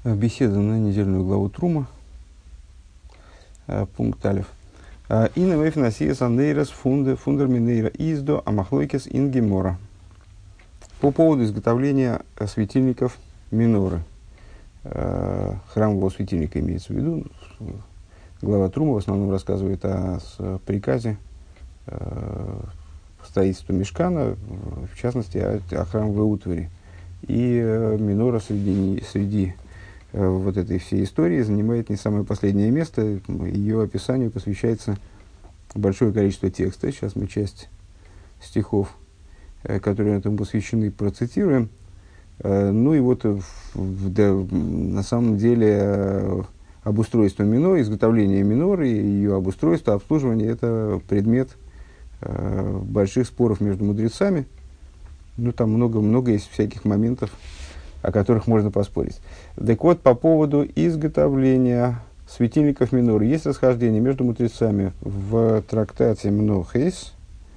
Беседа на недельную главу Трума, пункт Алеф. Инна вейфнасиес анейрес фундер минейра издо амахлойкес ингемора. По поводу изготовления светильников миноры. Храмового светильника имеется в виду. Глава Трума в основном рассказывает о приказе строительства мишкана, в частности, о храмовой утвари. И минора среди вот этой всей истории занимает не самое последнее место. Ее описанию посвящается большое количество текста. Сейчас мы часть стихов, которые этому посвящены, процитируем. Ну и вот на самом деле обустройство миноры, изготовление миноры, ее обустройство, обслуживание – это предмет больших споров между мудрецами. Ну, там много есть всяких моментов, о которых можно поспорить. Так вот, по поводу изготовления светильников миноры есть расхождение между мудрецами в трактате Мнохейс.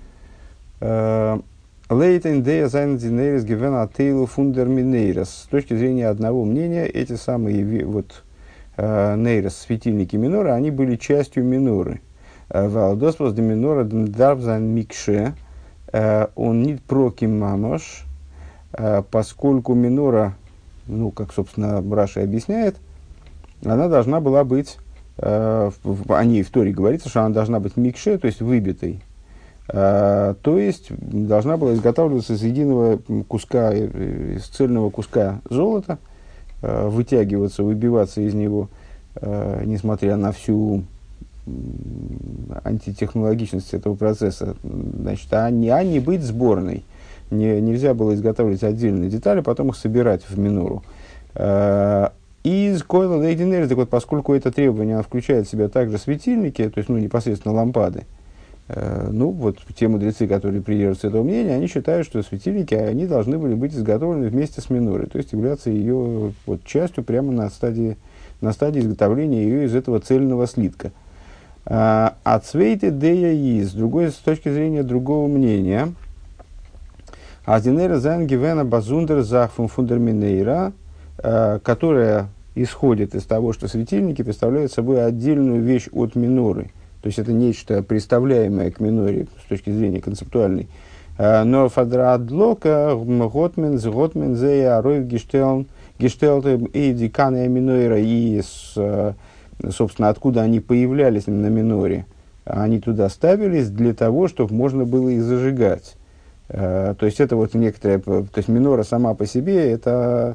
Лейтен дея зайн динерис гивена тейлу фундер минейрес. С точки зрения одного мнения, эти самые нейрес, светильники миноры, они были частью миноры. Валдоспос де минора дарвзан микше. Он не прокимамош, поскольку минора, ну, как, собственно, Раши объясняет, она должна была быть, о ней в Торе говорится, что она должна быть микше, то есть выбитой, то есть должна была изготавливаться из единого куска, из цельного куска золота, вытягиваться, выбиваться из него, несмотря на всю антитехнологичность этого процесса, значит, а не быть сборной. Нельзя было изготавливать отдельные детали, потом их собирать в минору. Из койла лейдинерис, так вот, поскольку это требование включает в себя также светильники, то есть, ну, непосредственно лампады, ну, вот те мудрецы, которые придерживаются этого мнения, они считают, что светильники, они должны были быть изготовлены вместе с минорой, то есть являться ее вот частью прямо на стадии изготовления ее из этого цельного слитка. А цвейте дея из, с точки зрения другого мнения, Аздинера зайн гивена базундер захфун фундерминейра, которая исходит из того, что светильники представляют собой отдельную вещь от миноры. То есть это нечто представляемое к миноре с точки зрения концептуальной. Но фадрадлока готмен зея роев гештелт и диканая минойра, и собственно, откуда они появлялись на миноре, они туда ставились для того, чтобы можно было их зажигать. То есть это вот некоторая, то есть минора сама по себе, это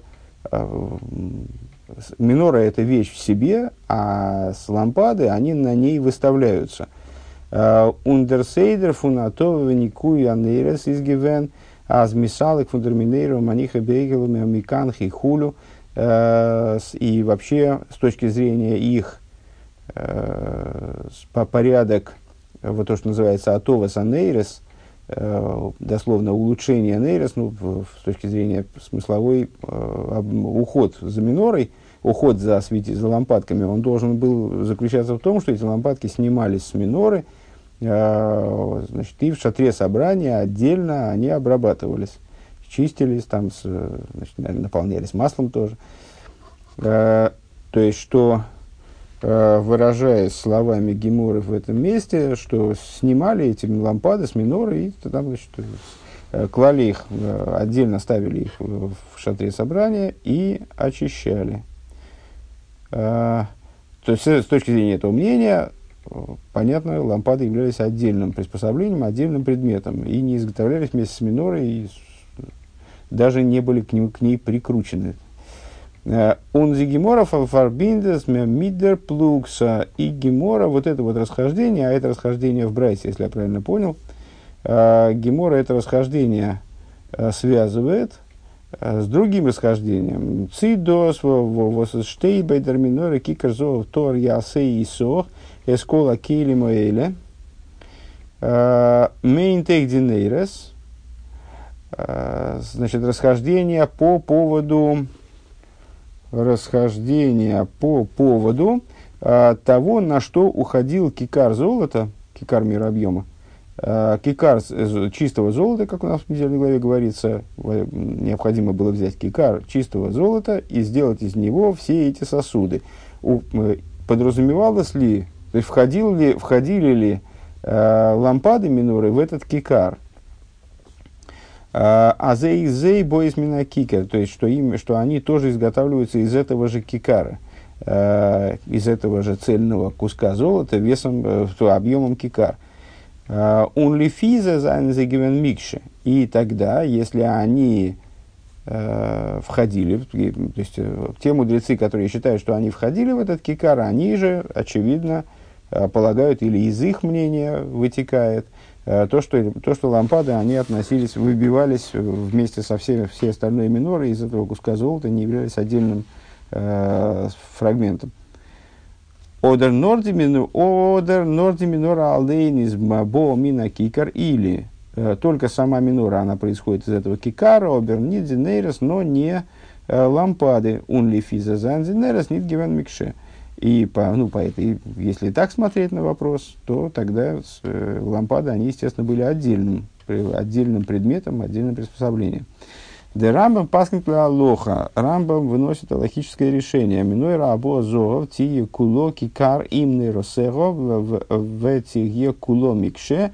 минора это вещь в себе, а с лампады они на ней выставляются. Ундерсейдер фунатова никуй анейрес изгивен аз мисалек фундерминейру маниха бейгелами амиканхи хулю. И вообще, с точки зрения их порядок, вот то, что называется атовас анейрес, дословно улучшение нейрес, ну, с точки зрения смысловой, уход за минорой, уход за лампадками, он должен был заключаться в том, что эти лампадки снимались с миноры, значит, и в шатре собрания отдельно они обрабатывались, чистились, там, значит, наполнялись маслом тоже. То есть, что, выражаясь словами Геморы в этом месте, что снимали эти лампады с миноры и там, значит, клали их, отдельно ставили их в шатре собрания и очищали. То есть, с точки зрения этого мнения, понятно, лампады являлись отдельным приспособлением, отдельным предметом и не изготовлялись вместе с минорой, и даже не были к ней прикручены. Он зи гемора фарбиндес мидер плукса. И гемора, вот это вот расхождение, а это расхождение в Брайсе, если я правильно понял, гемора это расхождение связывает с другим расхождением. Цидос штейбайдер минора кикерзов тор ясей и сох эскола кейли моэле мейнтек динейрес. Значит, расхождение по поводу того, на что уходил кикар золота, кикар мирообъема, Кикар чистого золота, как у нас в недельной главе говорится, необходимо было взять кикар чистого золота и сделать из него все эти сосуды. Подразумевалось ли, то есть входили ли лампады миноры в этот кикар? Азей боизмина кикер, то есть что они тоже изготавливаются из этого же кикара, из этого же цельного куска золота весом, объемом кикар. И тогда, если они входили, то есть те мудрецы, которые считают, что они входили в этот кикар, они же, очевидно, полагают, или из их мнения вытекает, то, что лампады, они относились, выбивались вместе со всей остальной минорой из этого куска золота, не являлись отдельным фрагментом. Одер норди минора алдейниз бо мина кикар, или только сама минора, она происходит из этого кикара, обер нидзи нейрес, но не лампады, унли физа занзи нейрес, нид гивен микше. И по этой, если так смотреть на вопрос, то тогда лампады, они, естественно, были отдельным предметом, отдельным приспособлением. Де Рамбам паскнет лоха. Рамбам выносит алахическое решение. Миной рабо зоов тие куло кикар имны росего в тие куло микше.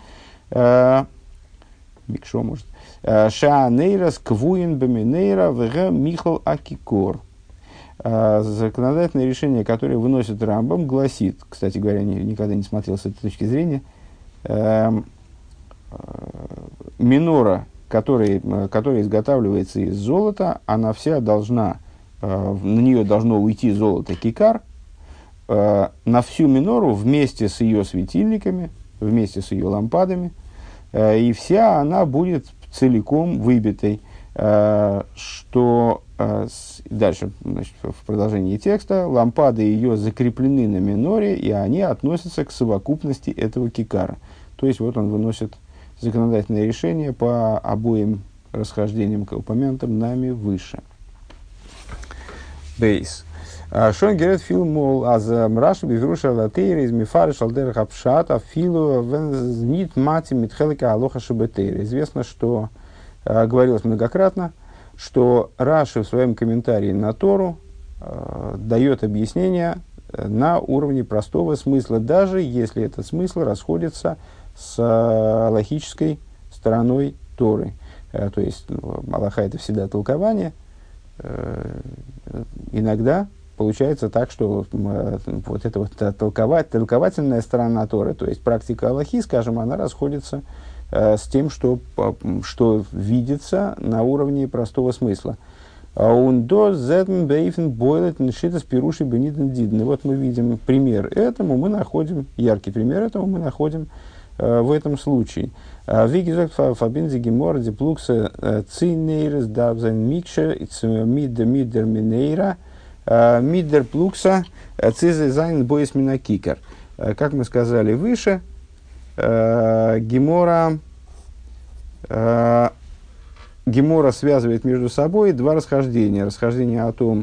Микшо, может. Шаанейрас квуин беминейра вг михал акикор. Законодательное решение, которое выносит Рамбам, гласит, кстати говоря, никогда не смотрел с этой точки зрения, минора, которая изготавливается из золота, она вся должна, на нее должно уйти золото кикар, на всю минору вместе с ее светильниками, вместе с ее лампадами, и вся она будет целиком выбитой. Что дальше, значит, в продолжении текста, лампады ее закреплены на миноре, и они относятся к совокупности этого кикара. То есть, вот он выносит законодательное решение по обоим расхождениям, упомянутым нами выше. Бейс. Шон герет фил мол, аз мраш бивруша латейра из мифары шалдера хапшата филу вензнит мати митхелика алоха шабетейра. Известно, что говорилось многократно, что Раши в своем комментарии на Тору дает объяснение на уровне простого смысла, даже если этот смысл расходится с алахической стороной Торы. То есть, алаха — это всегда толкование. Иногда получается так, что вот эта вот толковательная сторона Торы, то есть практика алахи, скажем, она расходится с тем, что видится на уровне простого смысла. Вот мы видим пример этому, мы находим, яркий пример этому мы находим в этом случае. Мидер плукса цизайн боис минакикар. Как мы сказали выше, Гемора связывает между собой два расхождения. Расхождение о том,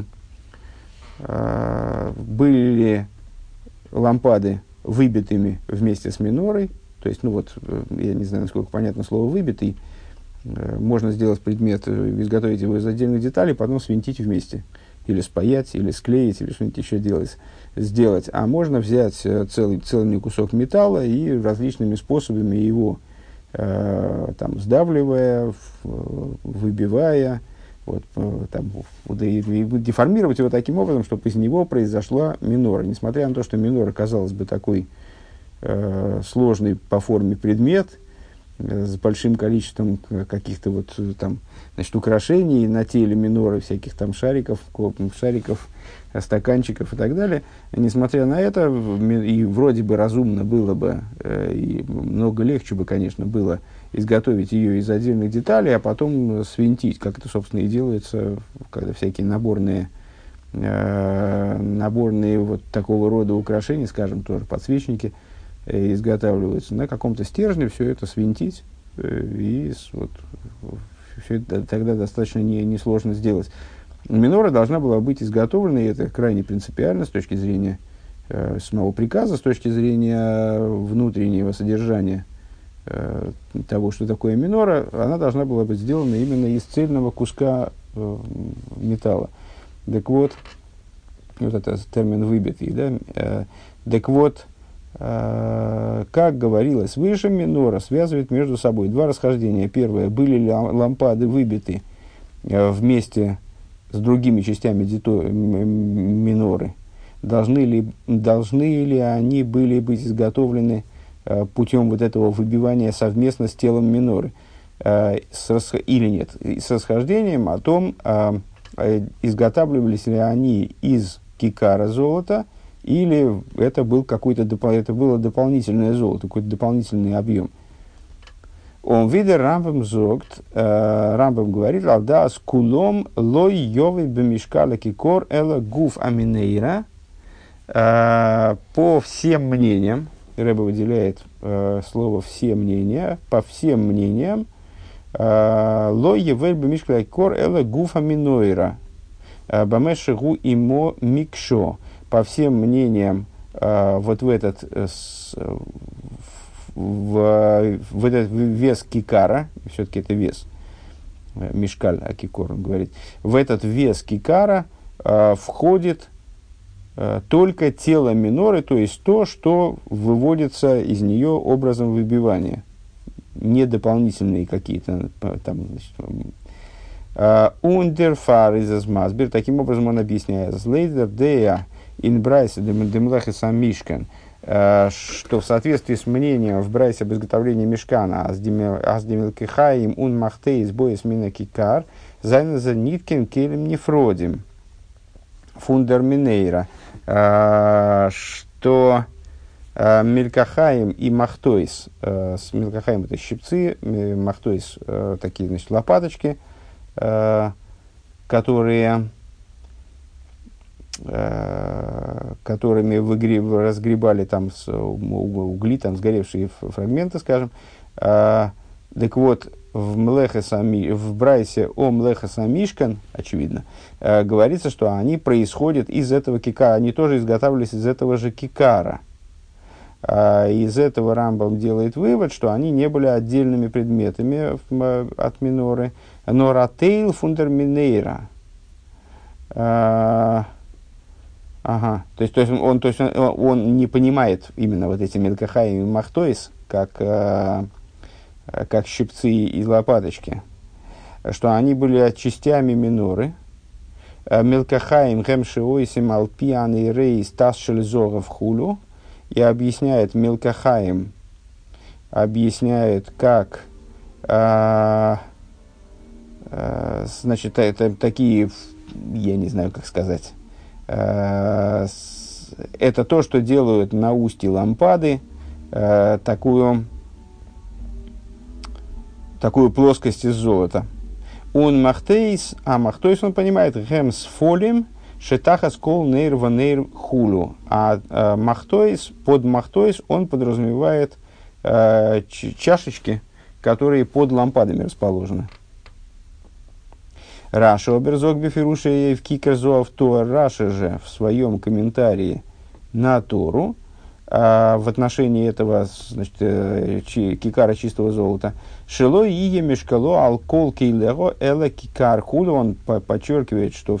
были ли лампады выбитыми вместе с минорой. То есть, я не знаю, насколько понятно слово «выбитый». Можно сделать предмет, изготовить его из отдельных деталей, потом свинтить вместе. Или спаять, или склеить, или что-нибудь еще сделать. А можно взять целый кусок металла и различными способами его, сдавливая, выбивая, деформировать его таким образом, чтобы из него произошла минора. Несмотря на то, что минора, казалось бы, такой сложный по форме предмет, с большим количеством каких-то украшений на теле миноры, всяких шариков, стаканчиков и так далее. Несмотря на это, и вроде бы разумно было бы, и много легче бы, конечно, было изготовить ее из отдельных деталей, а потом свинтить, как это, собственно, и делается, когда всякие наборные такого рода украшения, скажем, тоже подсвечники, изготавливаются на каком-то стержне, все это свинтить, и все это тогда достаточно несложно сделать. Минора должна была быть изготовлена, и это крайне принципиально с точки зрения самого приказа, с точки зрения внутреннего содержания того, что такое минора, она должна была быть сделана именно из цельного куска металла. Так вот, вот это термин выбитый, да? Так вот, как говорилось выше, минора связывает между собой два расхождения. Первое, были ли лампады выбиты вместе с другими частями миноры? Должны ли они были быть изготовлены путем вот этого выбивания совместно с телом миноры? Или нет? С расхождением о том, изготавливались ли они из кикара золота, или это было дополнительное золото, какой-то дополнительный объем. Он видер Рамбам зогт, Рамбам говорит, алда с кулом лой йовы бемишкала кикор эла гуф аминейра. По всем мнениям, Рэбе выделяет слово «все мнения», по всем мнениям, лой йовы бемишкала кикор эла гуф аминойра. Бамешигу имо микшо. По всем мнениям, вот в этот вес кикара, все-таки это вес, мишкаль, а кикор, он говорит, в этот вес кикара входит только тело миноры, то есть то, что выводится из нее образом выбивания, не дополнительные какие-то там, ундерфар из Масбир, таким образом он объясняет, лейдер дея ин брайсе демлахи сам мишкан, что в соответствии с мнением в брайсе об изготовлении мишкана аздемилкихаим ун махтейс боис мина кикар зайназа ниткин келем нефродим фундерминейра, что мелькахаим и махтойс, с мелькахаим это щипцы, махтойс такие, значит, лопаточки, которыми разгребали там угли, там сгоревшие фрагменты, скажем. Так вот, в Брайсе о Млеха Самишкан, очевидно, говорится, что они происходят из этого кикара, они тоже изготавливались из этого же кикара. Из этого Рамбам делает вывод, что они не были отдельными предметами от миноры, но ратейл фундерминейра. Ага, то есть он не понимает именно вот эти мелкахаим и махтоис, как щипцы и лопаточки, что они были частями миноры. Мелкахаим гемшиойсим алпиан и рейс тасшельзора в хулю. И объясняет мелкахаим, объясняет, как значит, это такие, я не знаю, как сказать, это то, что делают на устье лампады, такую плоскость из золота. Он махтейс, а махтейс он понимает, гемс фолим, шетахас кол нейр ванейр хулу. А махтойс, под махтойс он подразумевает чашечки, которые под лампадами расположены. Раша оберзок бифируша в кикерзоав Тор. Раша же в своем комментарии на Тору в отношении этого, значит, кикара чистого золота. Шело ие мешкало алкол кейлего эла кикар хулу. Он подчеркивает, что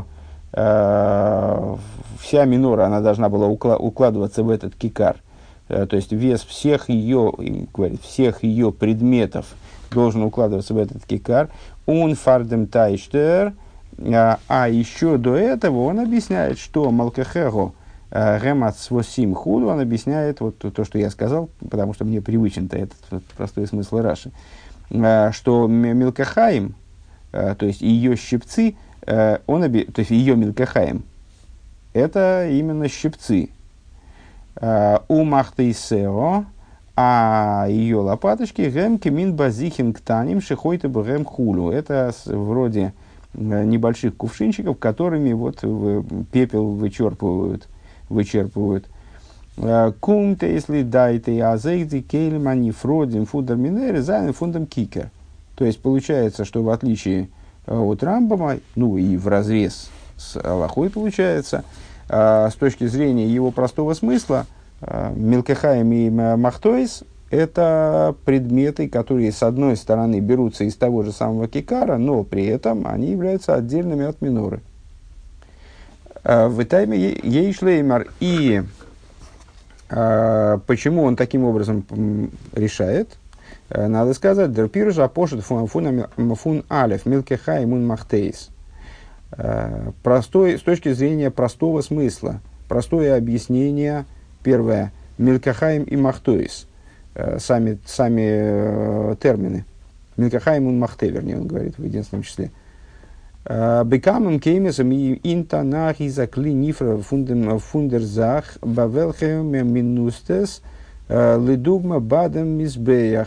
вся минора, она должна была укладываться в этот кикар. То есть вес всех ее предметов должен укладываться в этот кикар. Он фардем тайштер. А еще до этого он объясняет, что малкахего гемат свосим худу, он объясняет вот то, что я сказал, потому что мне привычен-то этот простой смысл Раши, что мелкахаим, то есть ее щипцы, то есть ее мелкахаим, это именно щипцы. У махтейсео, а ее лопаточки гем кемин базихин ктаним шихойта бгем хулю. Это вроде небольших кувшинчиков, которыми вот пепел вычерпывают. Кумте, если дайте азейти кейльмани фродим фундам минере зайны фундам кикер. То есть получается, что в отличие от Рамбама, ну и в разрез с Алахой получается, с точки зрения его простого смысла, Мелкахаим и Махтойс это предметы, которые, с одной стороны, берутся из того же самого кикара, но при этом они являются отдельными от миноры. В тайме ейшлеймар. И почему он таким образом решает? Надо сказать, дерпир же апошет фун алев милкеха имун махтейс. Простой, с точки зрения простого смысла, простое объяснение, первое, милкехаим и махтойс, сами термины. Милкехаим и махте, вернее, он говорит в единственном числе. Бекамем кеймесом и интанах и закли нифра фундерзах бавелхем минустес лидугма бадем мизбеях.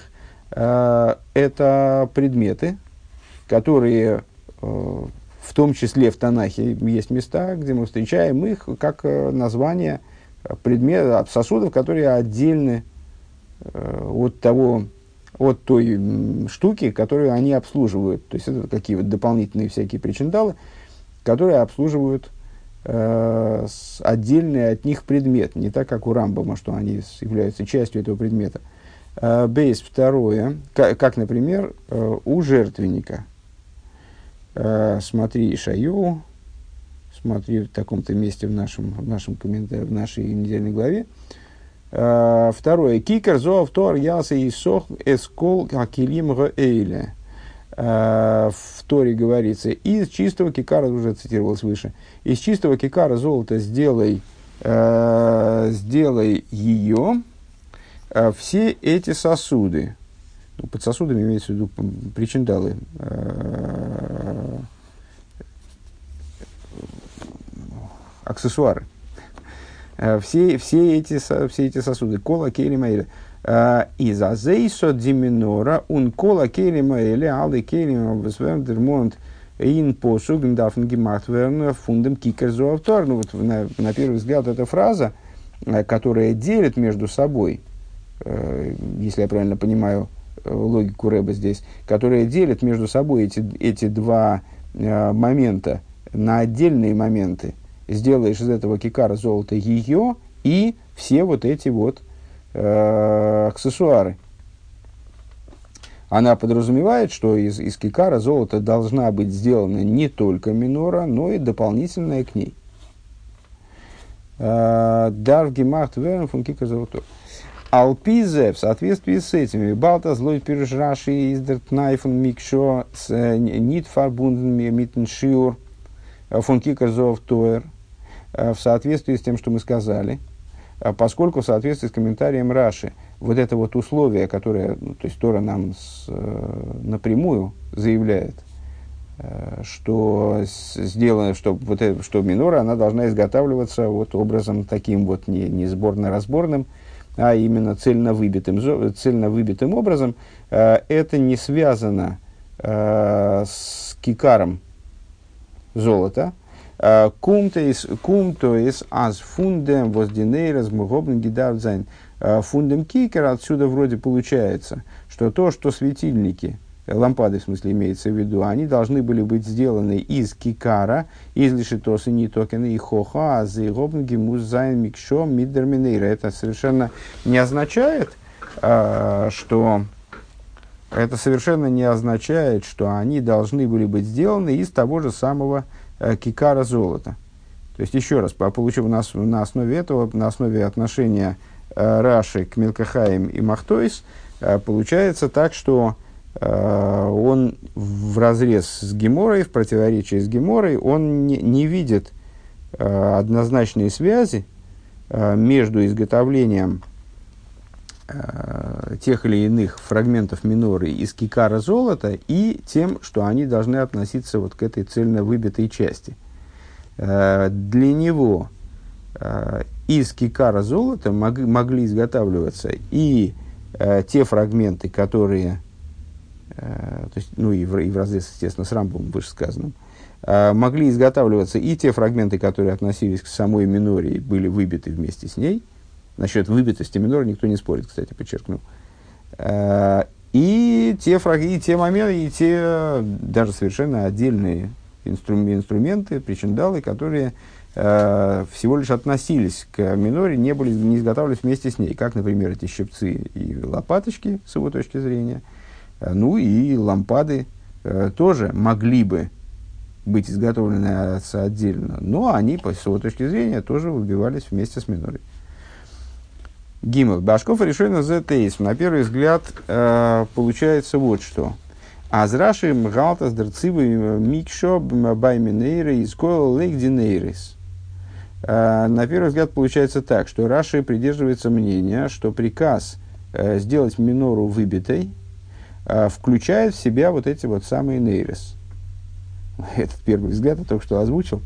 Это предметы, которые в том числе в Танахе есть места, где мы встречаем их как название предметов, сосудов, которые отдельны от той штуки, которую они обслуживают. То есть это такие вот дополнительные всякие причиндалы, которые обслуживают отдельный от них предмет, не так, как у Рамбама, что они являются частью этого предмета. Бейс второе, как, например, у жертвенника. Смотри Ишайю, смотри в таком-то месте в нашем комментарии, в нашей недельной главе. Второе. Кикер зоав тор яса и сох эскол акилим эйле. В Торе говорится, из чистого кикара, уже цитировалось выше, из чистого кикара золота сделай ее, все эти сосуды. Ну, под сосудами имеется в виду причиндалы, аксессуары. Все эти сосуды. Кола кейли маэля. Из азейсо диминора ун кола кейли маэля алы кейли мавсвендермонт ин посуг ндафн гемахтверн фундам кикерзуавтор. Ну, вот на первый взгляд эта фраза, которая делит между собой, если я правильно понимаю логику Рэба здесь, которая делит между собой эти два момента на отдельные моменты. Сделаешь из этого кикара золота ее и все вот эти вот аксессуары. Она подразумевает, что из кикара золота должна быть сделана не только минора, но и дополнительная к ней. Дарв гемахт верн фун кикар золото. Алпизе, в соответствии с этими, балта злой пирш раши издерт найфен микшо с нит фарбунден митн шиур фун кикар золотоэр. В соответствии с тем, что мы сказали, поскольку в соответствии с комментарием Раши, вот это вот условие, которое, то есть Тора нам напрямую заявляет, что сделано, что минора, она должна изготавливаться вот образом таким вот не сборно-разборным, а именно цельно выбитым образом, это не связано с кикаром золота. Кум то есть аз фундем воздинейраз мугобн гидавзайн. Фундем кикер, отсюда вроде получается, что то, что светильники, лампады в смысле имеется в виду, они должны были быть сделаны из кикара, из лишитоса не токена и хоха, а заигобн гимузайн микшо миддерминейра. Это совершенно не означает, что они должны были быть сделаны из того же самого кикара золота. То есть, еще раз, получив на основе этого, на основе отношения Раши к Милкехаим и Махтойс, получается так, что он вразрез с Геморой, в противоречии с Геморой, он не видит однозначной связи между изготовлением тех или иных фрагментов миноры из кикара золота и тем, что они должны относиться вот к этой цельно выбитой части. Для него из кикара золота могли изготавливаться и те фрагменты, которые, то есть, ну и в разрез, естественно, с Рамбом вышесказанным, могли изготавливаться и те фрагменты, которые относились к самой миноре и были выбиты вместе с ней. Насчет выбитости минора никто не спорит, кстати, подчеркну. И те моменты, и те даже совершенно отдельные инструменты, причиндалы, которые всего лишь относились к миноре, не изготавливались вместе с ней, как, например, эти щипцы и лопаточки, с его точки зрения, ну и лампады тоже могли бы быть изготовлены отдельно, но они, с его точки зрения, тоже выбивались вместе с минорой. Гимл. Башков решено за тейс. На первый взгляд получается вот что. Азраши мгалтас дерцивы микшо байминейры из койл лейк динейрис. На первый взгляд получается так, что Раши придерживается мнения, что приказ сделать минору выбитой включает в себя вот эти вот самые нейрис. Этот первый взгляд я только что озвучил,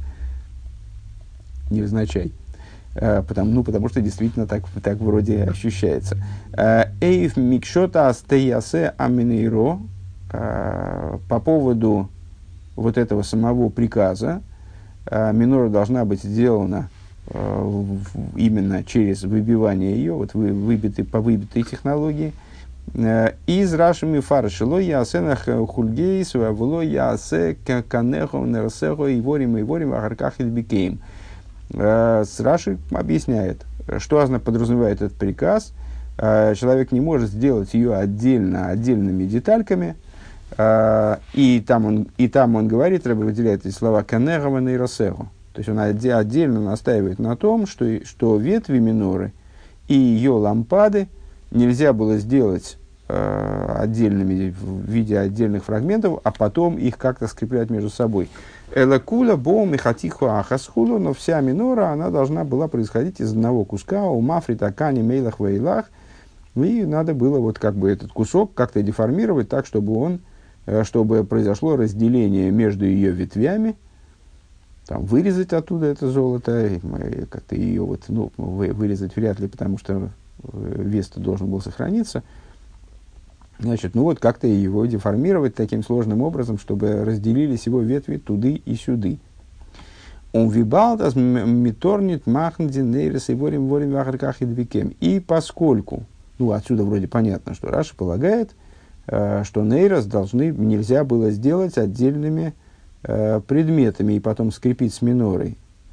невзначай. Потому что действительно так вроде ощущается. Эйв микшота астеясе аминейро. По поводу вот этого самого приказа, минора должна быть сделана именно через выбивание ее, вот по выбитой технологии. Из Рашами фаршило ясенах хульгейс вавло ясе канехо нерсехо и ворим ахарках бикейм. С Раши объясняет, что подразумевает этот приказ. Человек не может сделать ее отдельными детальками. И там он говорит, Ребе выделяет эти слова «канегава нейросехо». То есть он отдельно настаивает на том, что ветви миноры и ее лампады нельзя было сделать отдельными в виде отдельных фрагментов, а потом их как-то скреплять между собой. Элакула боум и хатиху ахасхулу, но вся минора, она должна была происходить из одного куска, у мафрита кани мейлах вейлах, и надо было вот как бы этот кусок как-то деформировать так, чтобы произошло разделение между ее ветвями, там, вырезать оттуда это золото, как-то ее вырезать вряд ли, потому что вес-то должен был сохраниться. Значит, как-то его деформировать таким сложным образом, чтобы разделились его ветви туды и сюды. Он вибалдас миторнит махндин нейрес и ворим в ахарках и двикем. И поскольку, отсюда вроде понятно, что Раши полагает, что нейрос нельзя было сделать отдельными предметами и потом скрепить с минорой.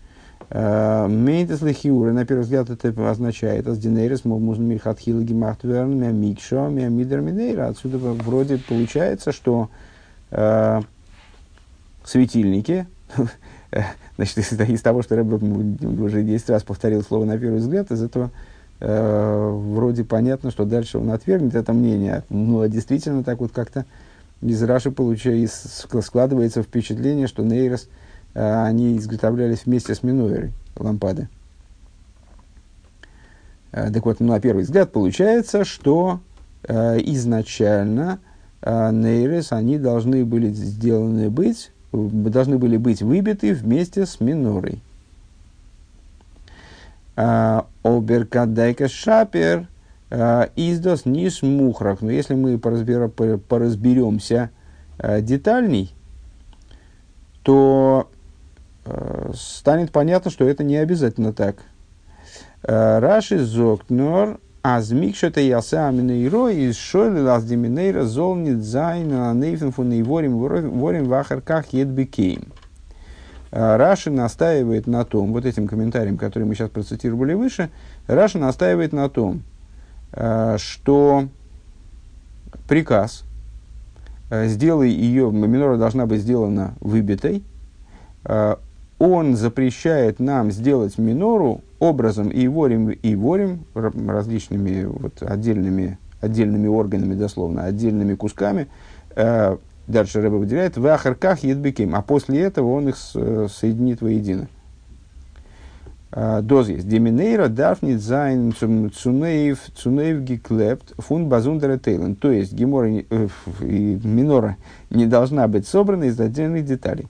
Мейнтес лихиура, на первый взгляд, это означает, аздинейрос мирхатхилаги махтверн мямикшо мямидер минейра. Отсюда вроде получается, что светильники, значит, из того, что Рэбе уже 10 раз повторил слово на первый взгляд, из этого вроде понятно, что дальше он отвергнет это мнение. Но действительно так вот как-то из Раши складывается впечатление, что нейрос они изготовлялись вместе с минойрой, лампады. Так вот, на первый взгляд получается, что изначально нейрос они должны были быть выбиты вместе с минорой. Оберкадайка шапер издос ниш мухрах. Но если мы поразберемся детальней, то станет понятно, что это не обязательно так. Раши зоктнор азмикшета яса аминейро из шойли лаздиминейра золнит зайна нейфен фун ворим в ахарках едбикейм. Раши настаивает на том, вот этим комментарием, который мы сейчас процитировали выше, Раши настаивает на том, что приказ минора должна быть сделана выбитой, он запрещает нам сделать минору образом и ворим различными отдельными органами, дословно, отдельными кусками. Дальше Рэбе выделяет в ахарках едбеким, а после этого он их соединит воедино. Доз есть. Деминейра дарфнит зайн цунеев гиклепт фун базундера тейлен. То есть минора не должна быть собрана из отдельных деталей.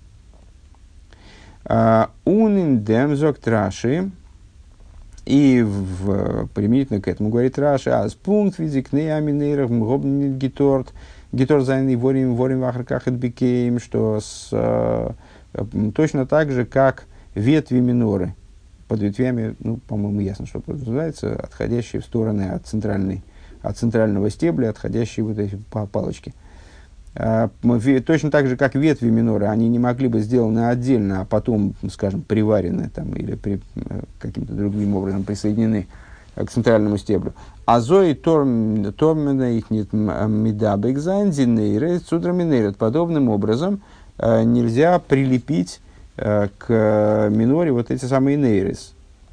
Унин зогт Раши, и применительно к этому говорит Раши, аз пункт визикней аминейрах мгобнит гиторт зайный ворим в ахарках эдбикейм, что точно так же, как ветви миноры, под ветвями, по-моему, ясно, что подразумевается, отходящие в стороны от центрального стебля, отходящие вот эти палочки. Точно так же, как ветви миноры, они не могли быть сделаны отдельно, а потом, скажем, приварены там, или каким-то другим образом присоединены к центральному стеблю. Азои тормена их нет медабекзайн зинейры цудраминейры. Подобным образом нельзя прилепить к миноре вот эти самые нейрес,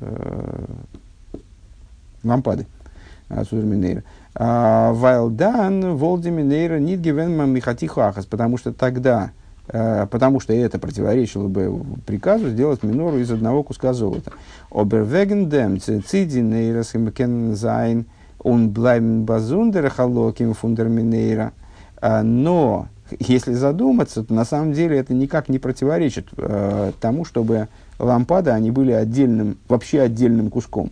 лампады цудраминейры. Вайлдан волдиминейра нит гивен михатихахас, потому что тогда, потому что это противоречило бы приказу сделать минору из одного куска золота. Обервеген дем цидинейрас химкен он блайм базундер халоким фундерминейра. Но если задуматься, то на самом деле это никак не противоречит тому, чтобы лампады они были отдельным, вообще отдельным куском.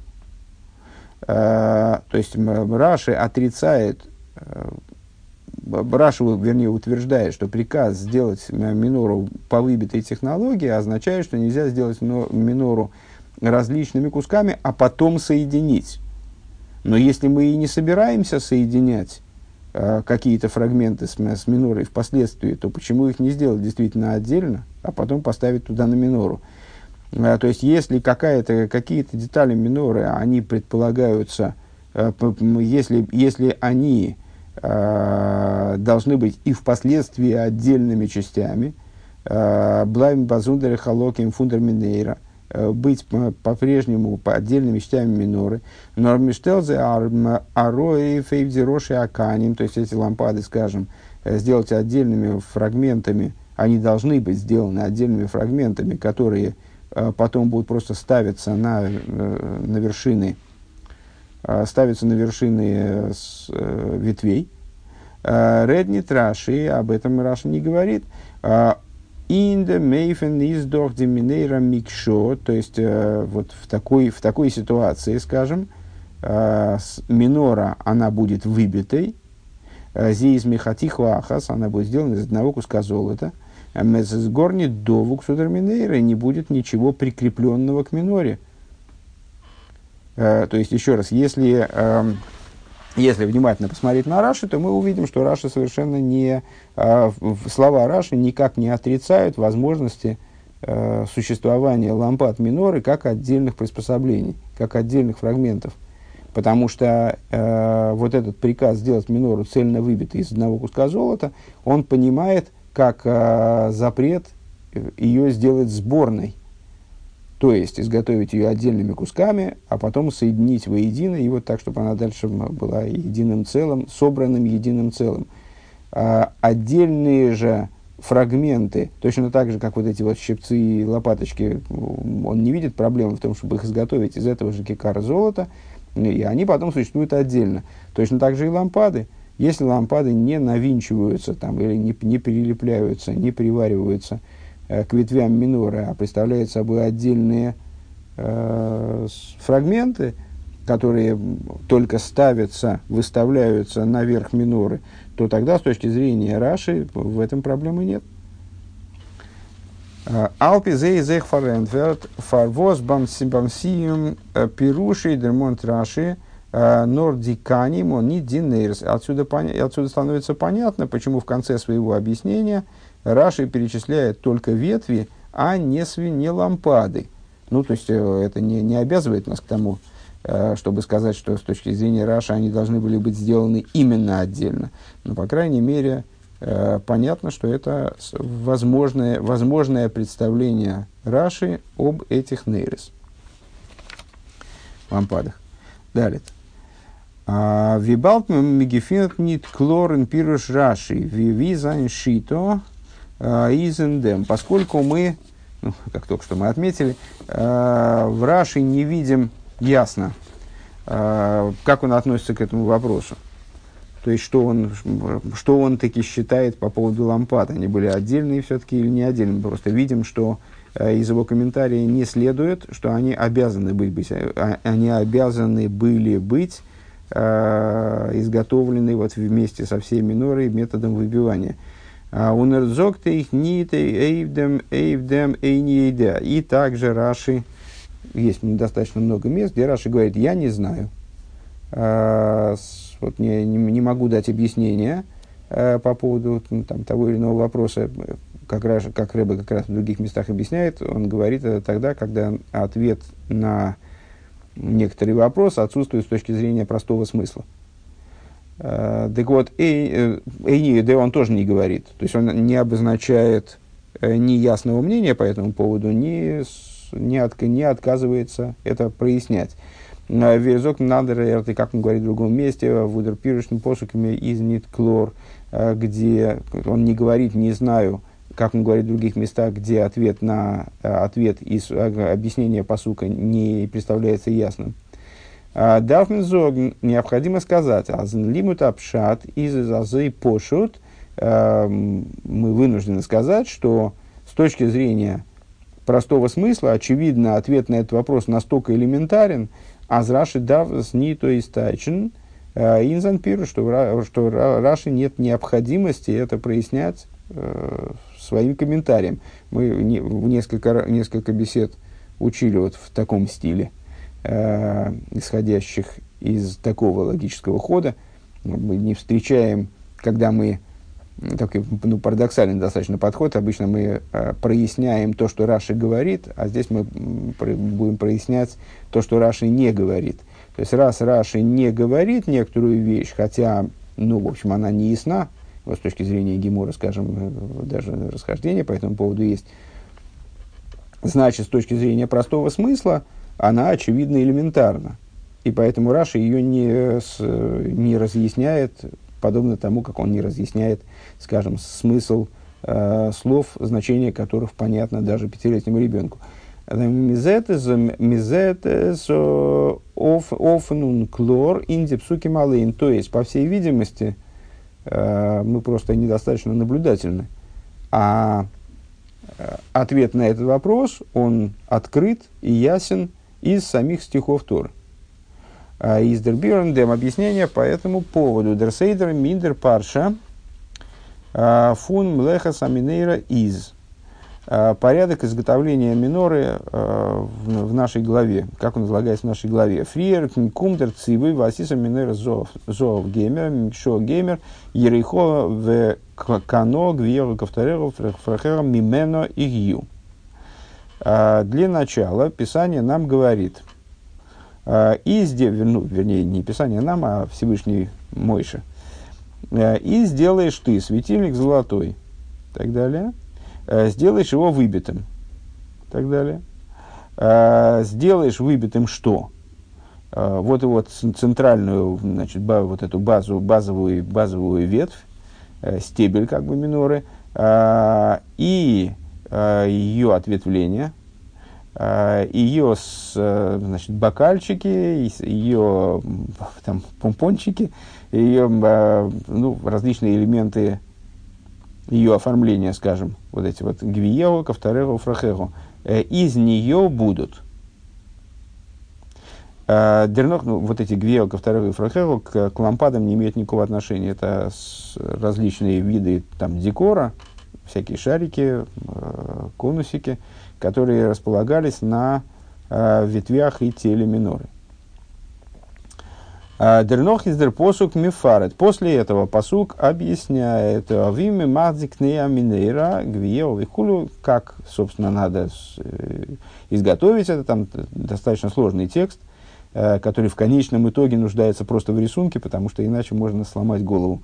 То есть Раши отрицает, Раши, вернее, утверждает, что приказ сделать минору по выбитой технологии означает, что нельзя сделать минору различными кусками, а потом соединить. Но если мы и не собираемся соединять какие-то фрагменты с минорой впоследствии, то почему их не сделать действительно отдельно, а потом поставить туда на минору? То есть, если какие-то детали миноры, они предполагаются, если они должны быть и впоследствии отдельными частями, блайм базундер халоким фундерминейра, быть по-прежнему по отдельными частями миноры, нормиштелзе арои фейвдироши аканим, то есть эти лампады, скажем, сделать отдельными фрагментами, они должны быть сделаны отдельными фрагментами, которые потом будут просто ставиться на вершины ветвей. Реднит Раши, об этом Раши не говорит. Инде мейфен издох деминейра микшо, то есть вот в такой ситуации, скажем, минора, она будет выбитой, зиз мехатихвахас, она будет сделана из одного куска золота, горни довук судерминейра, не будет ничего прикрепленного к миноре. То есть, еще раз, если внимательно посмотреть на Раши, то мы увидим, что Раши совершенно не... слова Раши никак не отрицают возможности существования лампад миноры как отдельных приспособлений, как отдельных фрагментов. Потому что вот этот приказ сделать минору цельно выбитой из одного куска золота, он понимает как запрет ее сделать сборной. То есть, изготовить ее отдельными кусками, а потом соединить воедино, и вот так, чтобы она дальше была единым целым, собранным единым целым. Отдельные же фрагменты, точно так же, как вот эти вот щипцы и лопаточки, он не видит проблемы в том, чтобы их изготовить из этого же кикара золота, и они потом существуют отдельно. Точно так же и лампады. Если лампады не навинчиваются там, или не прилепляются, не привариваются к ветвям миноры, а представляют собой отдельные фрагменты, которые только ставятся, выставляются наверх миноры, то тогда, с точки зрения Раши, в этом проблемы нет. Алпи зейзех фарентверт фарвоз бамсием пируши дермонт Раши нордикани мони динейрс. Отсюда становится понятно, почему в конце своего объяснения Раши перечисляет только ветви, а не лампады. Ну, то есть, это не обязывает нас к тому, чтобы сказать, что с точки зрения Раши они должны были быть сделаны именно отдельно. Но, по крайней мере, понятно, что это возможное представление Раши об этих нейрес, лампадах. Далее. Вибалт мегефинат нит клорен пируш Раши вивизайн шито изендем. Поскольку мы, как только что мы отметили, в Раши не видим ясно, как он относится к этому вопросу. То есть, что он таки считает по поводу лампад. Они были отдельные все-таки или не отдельные. Мы просто видим, что из его комментария не следует, что они обязаны были быть изготовлены вот вместе со всей минорой методом выбивания. И также Раши, есть достаточно много мест, где Раши говорит, я не знаю, вот не могу дать объяснения, по поводу там, того или иного вопроса, как Рэбе как раз в других местах объясняет, он говорит это тогда, когда ответ на некоторый вопрос отсутствует с точки зрения простого смысла. Так вот, да он тоже не говорит, то есть он не обозначает ни ясного мнения по этому поводу, не отказывается это прояснять. Верзок надер, как он говорит в другом месте, в удерпирочном посуками из нитклор, где он не говорит, не знаю, как он говорит в других местах, где ответ из объяснения пасука не представляется ясным. Дафминзог необходимо сказать, лимут апшат из азы пошут, мы вынуждены сказать, что с точки зрения простого смысла, очевидно, ответ на этот вопрос настолько элементарен, азраши давс ни то истайчен, инзан пиру, что Раши нет необходимости это прояснять своим комментарием. Мы несколько бесед учили вот в таком стиле, исходящих из такого логического хода. Мы не встречаем, когда мы, такой парадоксальный достаточно подход, обычно мы проясняем то, что Раши говорит, а здесь мы будем прояснять то, что Раши не говорит. То есть, раз Раши не говорит некоторую вещь, хотя, в общем, она не ясна, вот с точки зрения Гемора, скажем, даже расхождение по этому поводу есть, значит, с точки зрения простого смысла, она очевидна и элементарна. И поэтому Раши ее не разъясняет, подобно тому, как он не разъясняет, скажем, смысл слов, значение которых понятно даже пятилетнему ребенку. Клор индипсуки малейн. То есть, по всей видимости, мы просто недостаточно наблюдательны. А ответ на этот вопрос, он открыт и ясен из самих стихов Торы. Из Дербирен дем объяснение по этому поводу. Дерсейдер миндер парша фун млеха саминейра из. Порядок изготовления миноры в нашей главе, как он излагается в нашей главе. Фриер кумдер цивы васиса минера зоов геймер, микшо геймер, ерейхо в кано гвиеру ковтореру фрахером мимено игью. Для начала Писание нам говорит, вернее, не Писание нам, а Всевышний Мойше, и сделаешь ты светильник золотой, и так далее, сделаешь его выбитым, и так далее, сделаешь выбитым что? Вот его центральную, значит, вот эту базовую ветвь, стебель как бы миноры, и ее ответвления, ее значит, бокальчики, ее там, помпончики, ее различные элементы ее оформления, скажем, вот эти вот гвиео, кавторео, фрахео, из нее будут. Дернох, вот эти гвиео, кавторео и фрахео к лампадам не имеют никакого отношения. Это различные виды там, декора, всякие шарики, конусики, которые располагались на ветвях и теле миноры. Дернох из дерпосук мифарет. После этого пасук объясняет авиме мадзикнея минейра гвиео вихулю, как, собственно, надо изготовить. Это там достаточно сложный текст, который в конечном итоге нуждается просто в рисунке, потому что иначе можно сломать голову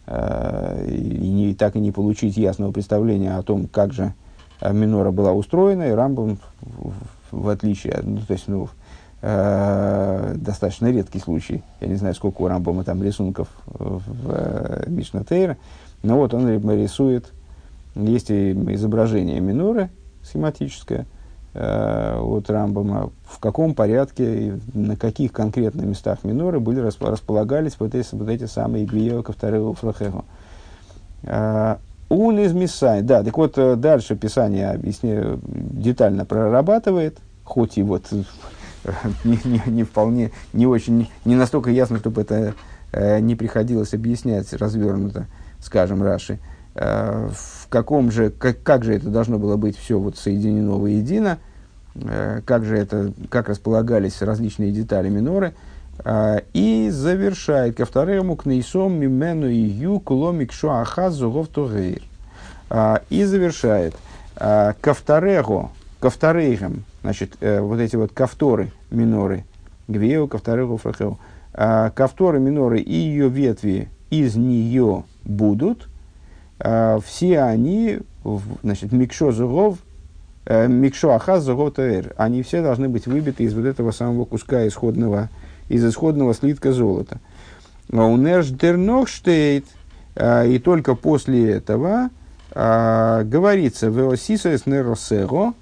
и так и не получить ясного представления о том, как же минора была устроена, и Рамбам, в отличие, то есть, достаточно редкий случай, я не знаю, сколько у Рамбама там рисунков в Мишна Тейра, но вот он рисует, есть изображение миноры схематическое от Рамбама, в каком порядке, на каких конкретных местах миноры располагались вот эти самые гвиео, кавторео, фрахео. Он из Мисай. Да, так вот, дальше Писание детально прорабатывает, хоть и вот не вполне, не очень, не настолько ясно, чтобы это не приходилось объяснять развернуто, скажем, Раши, в каком же, как же это должно было быть все вот соединено воедино, как располагались различные детали миноры. И завершает ко второму кнейсом мимену ию кломик шуаха зугов тугейр. И завершает ко вторым, значит, вот эти вот кавторы миноры, гвею, кавторегу, фрахеу, кавторы миноры и ее ветви из нее будут, все они, значит, микшо зугов, микшо ахаз зугов тугейр, они все должны быть выбиты из вот этого самого куска исходного, из исходного слитка золота. У Нершдернохштейт, и только после этого говорится «Велосисо эс нейросего»,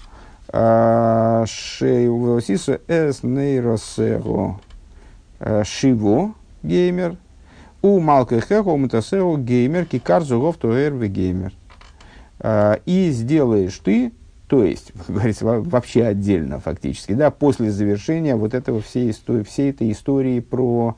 «Велосисо эс нейросего шиво геймер», «У малкехехо мутасео геймер кикар зугов туэр ве геймер». И сделаешь ты, то есть, говорится, вообще отдельно фактически, да, после завершения вот этого всей этой истории про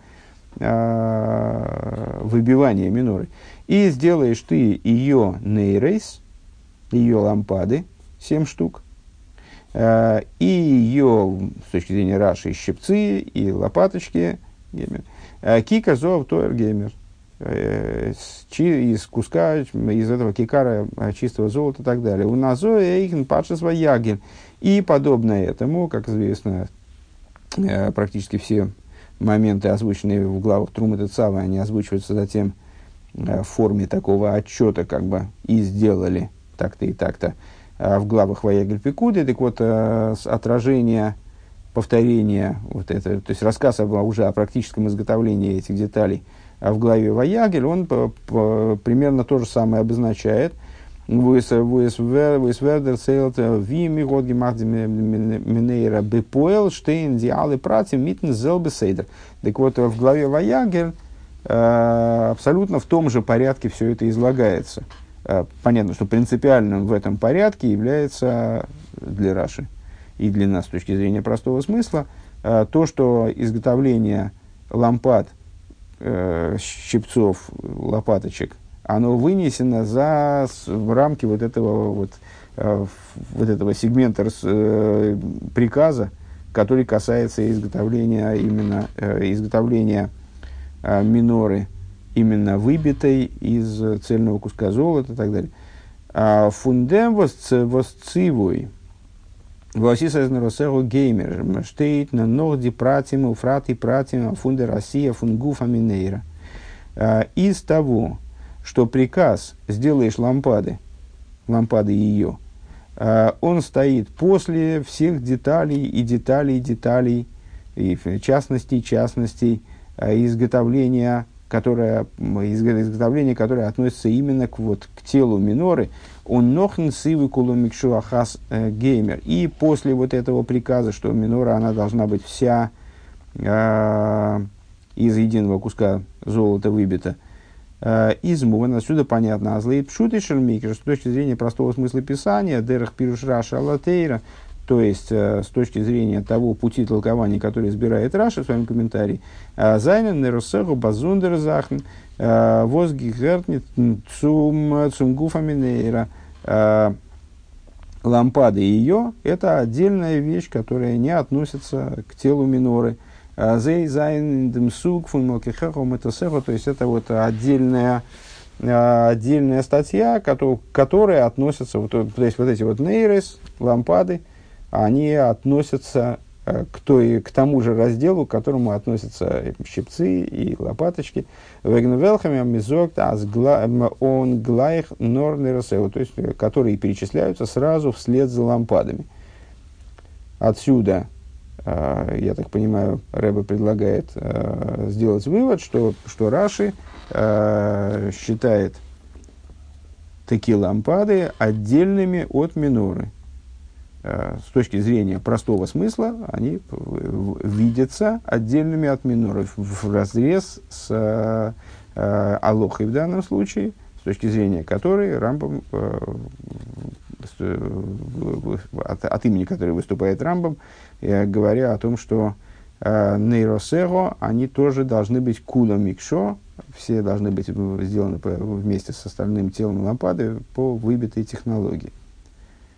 выбивание миноры. И сделаешь ты ее нейрейс, ее лампады, 7 штук, и ее, с точки зрения Раши, щипцы и лопаточки, кика зов тоэр геймер, из куска, из этого кикара чистого золота и так далее. У назоя эйхен падшес ваягин. И подобно этому, как известно, практически все моменты, озвученные в главах Трумы Тецавы, они озвучиваются затем в форме такого отчета, как бы, и сделали так-то и так-то в главах Ваягель Пикуды. Так вот, отражение, повторение, вот это, то есть рассказ уже о практическом изготовлении этих деталей в главе Ваягель, он примерно то же самое обозначает. Так вот, в главе Ваягель абсолютно в том же порядке все это излагается. Понятно, что принципиальным в этом порядке является для Раши и для нас с точки зрения простого смысла то, что изготовление лампад, щипцов, лопаточек, оно вынесено в рамки вот этого сегмента приказа, который касается изготовления миноры, именно выбитой из цельного куска золота и так далее. Фундем восцивой Власиса из наросеру геймер штейт на ногди пратим уфрати пратим фунде Россия фунгуфа минейра. Из того, что приказ «сделаешь лампады ее», он стоит после всех деталей, и частностей изготовления, которое относится именно к телу миноры, он нохн сивы кулумикшу ахас геймер. И после вот этого приказа, что минора, она должна быть вся из единого куска золота выбита, измуван, отсюда понятно, азлейт пшут и шермикер, с точки зрения простого смысла писания, дерах пируш раша алатейра, то есть с точки зрения того пути толкования, который избирает Раша в своем комментарии, зайнен неросеху базундер захн возгигертнит цум гуфаминейра. Лампады ее – это отдельная вещь, которая не относится к телу миноры. Зей зайн демсук фун мелкихеху метасеху, то есть это вот отдельная статья, которая относится, то есть вот эти вот нейрес, лампады, они относятся к тому же разделу, к которому относятся щипцы и лопаточки. То есть, которые перечисляются сразу вслед за лампадами. Отсюда, я так понимаю, Ребе предлагает сделать вывод, что Раши считает такие лампады отдельными от миноры. С точки зрения простого смысла, они видятся отдельными от миноры в разрез с алохой в данном случае, с точки зрения которой Рамбам, от имени которой выступает Рамбам, говоря о том, что нейросего, они тоже должны быть кула микшо, все должны быть сделаны вместе с остальным телом лампады по выбитой технологии.